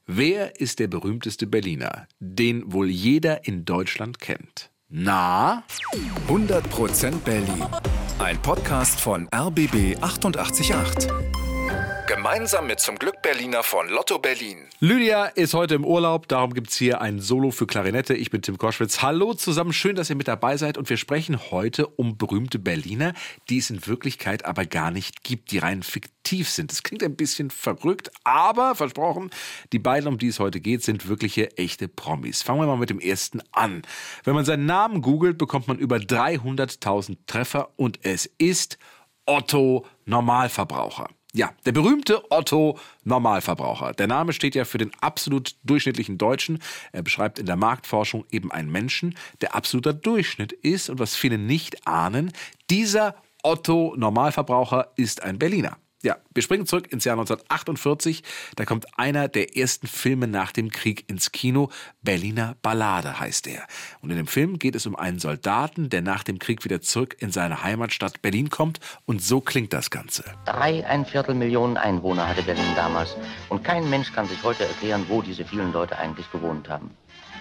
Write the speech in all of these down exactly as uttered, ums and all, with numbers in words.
Wer ist der berühmteste Berliner, den wohl jeder in Deutschland kennt? Na? hundert Prozent Berlin. Ein Podcast von R B B achtundachtzig Komma acht. Gemeinsam mit Zum Glück Berliner von Lotto Berlin. Lydia ist heute im Urlaub, darum gibt's hier ein Solo für Klarinette. Ich bin Tim Koschwitz. Hallo zusammen, schön, dass ihr mit dabei seid. Und wir sprechen heute um berühmte Berliner, die es in Wirklichkeit aber gar nicht gibt, die rein fiktiv sind. Das klingt ein bisschen verrückt, aber versprochen, die beiden, um die es heute geht, sind wirkliche, echte Promis. Fangen wir mal mit dem ersten an. Wenn man seinen Namen googelt, bekommt man über dreihunderttausend Treffer und es ist Otto Normalverbraucher. Ja, der berühmte Otto Normalverbraucher. Der Name steht ja für den absolut durchschnittlichen Deutschen. Er beschreibt in der Marktforschung eben einen Menschen, der absoluter Durchschnitt ist. Und was viele nicht ahnen, dieser Otto Normalverbraucher ist ein Berliner. Ja, wir springen zurück ins Jahr neunzehnhundertachtundvierzig. Da kommt einer der ersten Filme nach dem Krieg ins Kino. Berliner Ballade heißt er. Und in dem Film geht es um einen Soldaten, der nach dem Krieg wieder zurück in seine Heimatstadt Berlin kommt. Und so klingt das Ganze. Drei, ein Viertel Millionen Einwohner hatte Berlin damals. Und kein Mensch kann sich heute erklären, wo diese vielen Leute eigentlich gewohnt haben.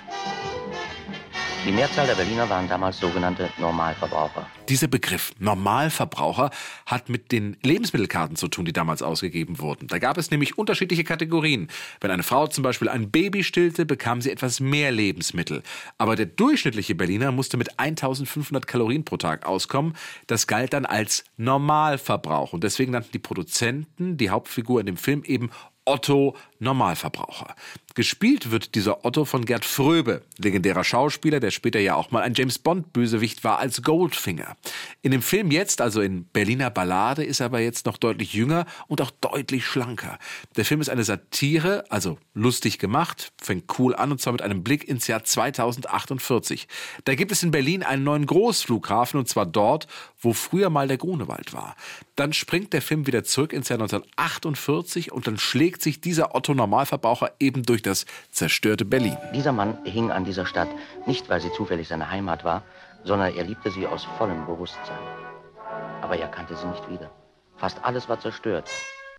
Die Mehrzahl der Berliner waren damals sogenannte Normalverbraucher. Dieser Begriff Normalverbraucher hat mit den Lebensmittelkarten zu tun, die damals ausgegeben wurden. Da gab es nämlich unterschiedliche Kategorien. Wenn eine Frau zum Beispiel ein Baby stillte, bekam sie etwas mehr Lebensmittel. Aber der durchschnittliche Berliner musste mit eintausendfünfhundert Kalorien pro Tag auskommen. Das galt dann als Normalverbrauch. Und deswegen nannten die Produzenten die Hauptfigur in dem Film eben Otto Normalverbraucher. Gespielt wird dieser Otto von Gerd Fröbe, legendärer Schauspieler, der später ja auch mal ein James-Bond-Bösewicht war als Goldfinger. In dem Film jetzt, also in Berliner Ballade, ist er aber jetzt noch deutlich jünger und auch deutlich schlanker. Der Film ist eine Satire, also lustig gemacht, fängt cool an und zwar mit einem Blick ins Jahr zweitausendachtundvierzig. Da gibt es in Berlin einen neuen Großflughafen und zwar dort, wo früher mal der Grunewald war. Dann springt der Film wieder zurück ins Jahr neunzehnhundertachtundvierzig und dann schlägt sich dieser Otto Normalverbraucher eben durch das zerstörte Berlin. Dieser Mann hing an dieser Stadt, nicht weil sie zufällig seine Heimat war, sondern er liebte sie aus vollem Bewusstsein. Aber er kannte sie nicht wieder. Fast alles war zerstört.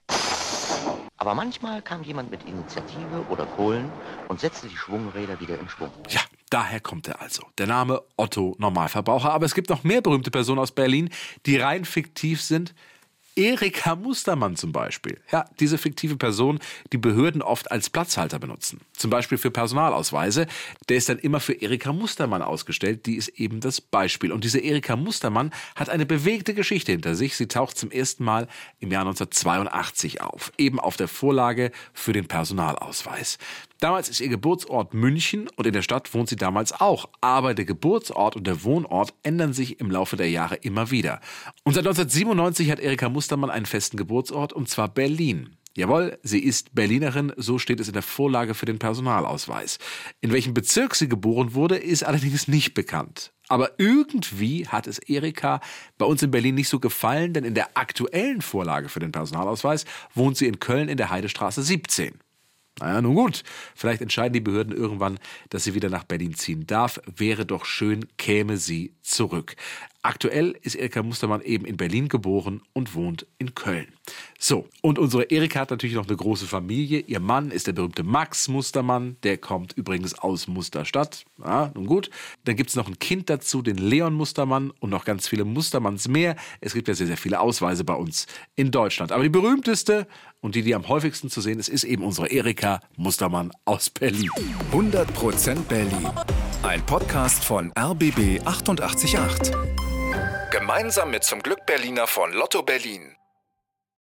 Aber manchmal kam jemand mit Initiative oder Kohlen und setzte die Schwungräder wieder in Schwung. Ja, daher kommt er also. Der Name Otto Normalverbraucher. Aber es gibt noch mehr berühmte Personen aus Berlin, die rein fiktiv sind. Erika Mustermann zum Beispiel. Ja, diese fiktive Person, die Behörden oft als Platzhalter benutzen. Zum Beispiel für Personalausweise. Der ist dann immer für Erika Mustermann ausgestellt. Die ist eben das Beispiel. Und diese Erika Mustermann hat eine bewegte Geschichte hinter sich. Sie taucht zum ersten Mal im Jahr neunzehnhundertzweiundachtzig auf. Eben auf der Vorlage für den Personalausweis. Damals ist ihr Geburtsort München und in der Stadt wohnt sie damals auch. Aber der Geburtsort und der Wohnort ändern sich im Laufe der Jahre immer wieder. Und seit neunzehnhundertsiebenundneunzig hat Erika Mustermann einen festen Geburtsort und zwar Berlin. Jawohl, sie ist Berlinerin, so steht es in der Vorlage für den Personalausweis. In welchem Bezirk sie geboren wurde, ist allerdings nicht bekannt. Aber irgendwie hat es Erika bei uns in Berlin nicht so gefallen, denn in der aktuellen Vorlage für den Personalausweis wohnt sie in Köln in der Heidestraße siebzehn. Naja, nun gut, vielleicht entscheiden die Behörden irgendwann, dass sie wieder nach Berlin ziehen darf. Wäre doch schön, käme sie zurück. Aktuell ist Erika Mustermann eben in Berlin geboren und wohnt in Köln. So, und unsere Erika hat natürlich noch eine große Familie. Ihr Mann ist der berühmte Max Mustermann, der kommt übrigens aus Musterstadt. Ja, nun gut. Dann gibt es noch ein Kind dazu, den Leon Mustermann und noch ganz viele Mustermanns mehr. Es gibt ja sehr, sehr viele Ausweise bei uns in Deutschland. Aber die berühmteste und die, die am häufigsten zu sehen ist, ist eben unsere Erika Mustermann aus Berlin. hundert Prozent Berlin. Ein Podcast von R B B achtundachtzig Komma acht. Gemeinsam mit Zum Glück Berliner von Lotto Berlin.